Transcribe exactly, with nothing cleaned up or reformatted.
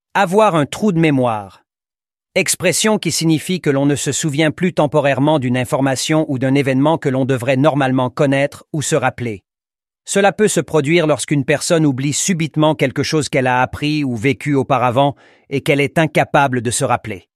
Avoir un trou de mémoire. Expression qui signifie que l'on ne se souvient plus temporairement d'une information ou d'un événement que l'on devrait normalement connaître ou se rappeler. Cela peut se produire lorsqu'une personne oublie subitement quelque chose qu'elle a appris ou vécu auparavant et qu'elle est incapable de se rappeler.